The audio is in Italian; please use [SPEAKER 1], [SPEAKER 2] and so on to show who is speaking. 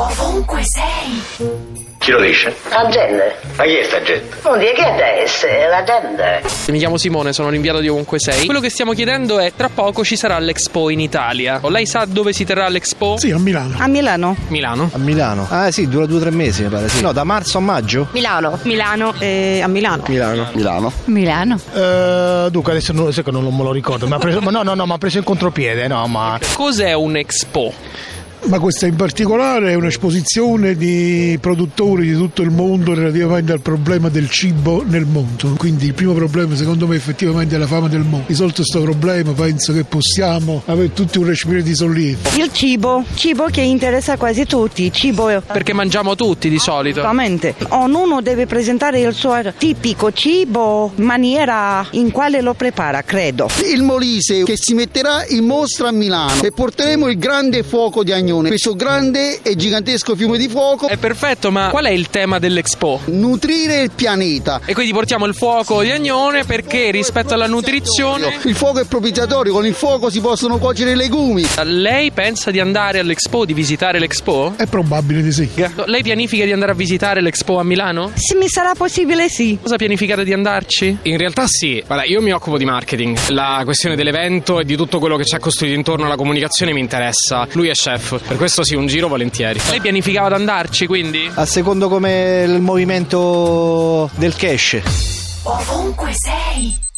[SPEAKER 1] Ovunque sei.
[SPEAKER 2] Chi lo dice?
[SPEAKER 3] La gente.
[SPEAKER 2] Ma chi è sta gente?
[SPEAKER 3] Non dire che adesso è la gente.
[SPEAKER 4] Mi chiamo Simone, sono l'inviato di Ovunque Sei. Quello che stiamo chiedendo è: tra poco ci sarà l'Expo in Italia. Lei sa dove si terrà l'Expo?
[SPEAKER 5] Sì, a Milano.
[SPEAKER 6] A Milano.
[SPEAKER 4] Milano.
[SPEAKER 7] A Milano? Ah sì, dura 2 o 3 mesi mi pare, sì. No, da marzo a maggio?
[SPEAKER 6] Milano. A Milano.
[SPEAKER 7] Milano.
[SPEAKER 5] Dunque adesso non me lo ricordo. Mi ha preso in contropiede, no, ma.
[SPEAKER 4] Cos'è un Expo?
[SPEAKER 5] Ma questa in particolare è un'esposizione di produttori di tutto il mondo relativamente al problema del cibo nel mondo. Quindi il primo problema secondo me effettivamente è la fame del mondo. Risolto questo problema penso che possiamo avere tutti un respiro di sollievo.
[SPEAKER 6] Il cibo che interessa quasi tutti. Cibo
[SPEAKER 4] Perché mangiamo tutti di solito.
[SPEAKER 6] Assolutamente. Ognuno deve presentare il suo tipico cibo, maniera in quale lo prepara, credo.
[SPEAKER 8] Il Molise che si metterà in mostra a Milano e porteremo il grande fuoco di Agnone. Questo grande e gigantesco fiume di fuoco.
[SPEAKER 4] È perfetto, ma qual è il tema dell'Expo?
[SPEAKER 8] Nutrire il pianeta.
[SPEAKER 4] E quindi portiamo il fuoco di Agnone perché rispetto alla nutrizione
[SPEAKER 8] Il fuoco è propiziotorio, con il fuoco si possono cuocere i legumi.
[SPEAKER 4] lei pensa di andare all'Expo, di visitare l'Expo?
[SPEAKER 5] È probabile di sì.
[SPEAKER 4] Lei pianifica di andare a visitare l'Expo a Milano?
[SPEAKER 6] Se mi sarà possibile, sì.
[SPEAKER 4] Cosa pianificate di andarci?
[SPEAKER 9] In realtà sì, guarda, io mi occupo di marketing. La questione dell'evento e di tutto quello che c'è costruito intorno alla comunicazione mi interessa. Lui è chef, per questo sì, un giro volentieri.
[SPEAKER 4] Lei pianificava di andarci quindi?
[SPEAKER 7] A secondo come il movimento del cash.
[SPEAKER 1] Ovunque sei.